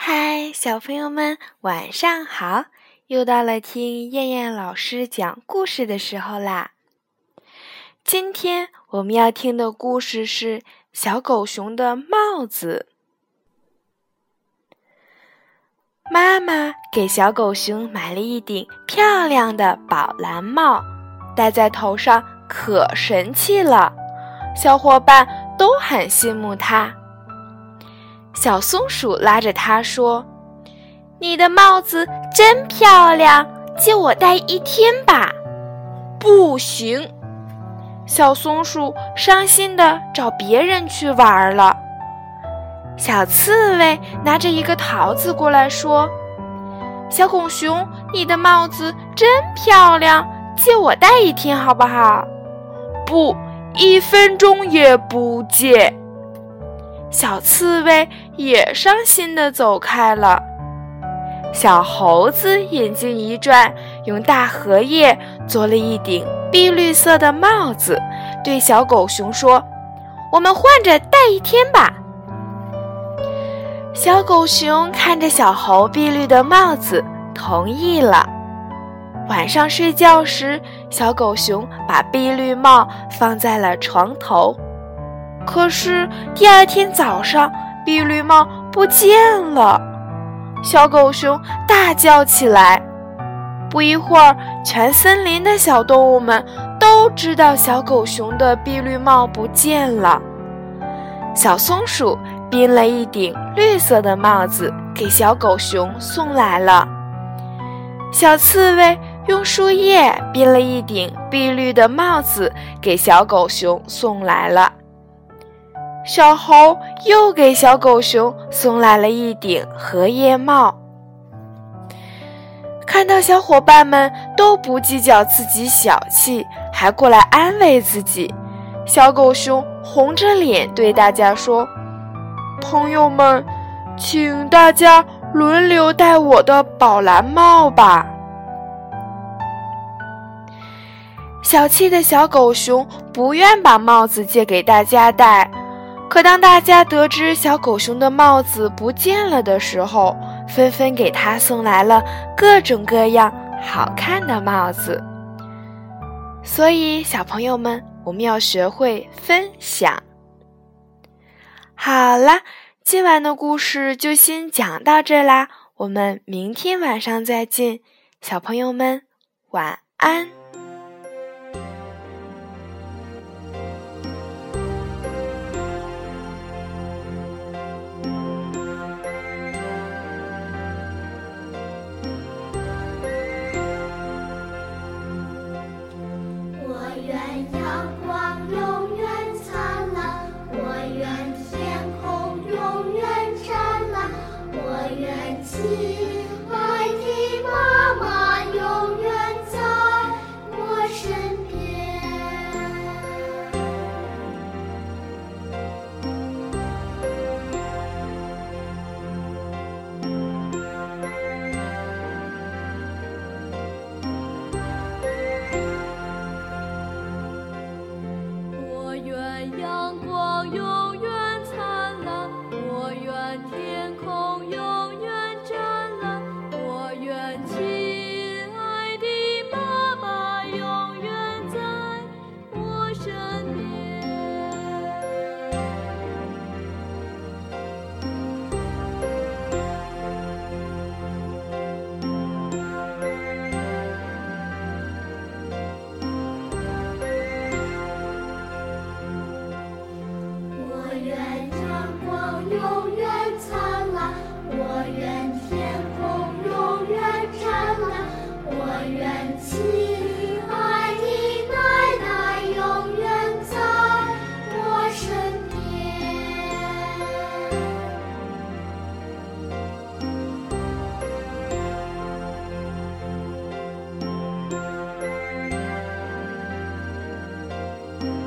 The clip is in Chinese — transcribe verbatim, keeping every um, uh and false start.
嗨，小朋友们，晚上好！又到了听燕燕老师讲故事的时候啦。今天我们要听的故事是小狗熊的帽子。妈妈给小狗熊买了一顶漂亮的宝蓝帽，戴在头上可神气了，小伙伴都很羡慕它。小松鼠拉着它说：“你的帽子真漂亮，借我戴一天吧。”不行，小松鼠伤心地找别人去玩了。小刺猬拿着一个桃子过来说：“小狗熊，你的帽子真漂亮，借我戴一天好不好？”不，一分钟也不借。小刺猬也伤心地走开了。小猴子眼睛一转，用大荷叶做了一顶碧绿色的帽子，对小狗熊说：“我们换着戴一天吧。”小狗熊看着小猴碧绿的帽子，同意了。晚上睡觉时，小狗熊把碧绿帽放在了床头。可是第二天早上，碧绿帽不见了，小狗熊大叫起来。不一会儿，全森林的小动物们都知道小狗熊的碧绿帽不见了。小松鼠编了一顶绿色的帽子给小狗熊送来了。小刺猬用树叶编了一顶碧绿的帽子给小狗熊送来了。小猴又给小狗熊送来了一顶荷叶帽。看到小伙伴们都不计较自己小气，还过来安慰自己，小狗熊红着脸对大家说：“朋友们，请大家轮流戴我的宝蓝帽吧。”小气的小狗熊不愿把帽子借给大家戴，可当大家得知小狗熊的帽子不见了的时候，纷纷给他送来了各种各样好看的帽子。所以小朋友们，我们要学会分享。好啦，今晚的故事就先讲到这啦，我们明天晚上再见，小朋友们晚安。 阳光永远灿烂，我愿天空永远湛蓝，我愿亲爱的妈妈永远在我身边。我愿阳光永远灿烂，我愿天空永远湛蓝，我愿亲爱的奶奶永远在我身边。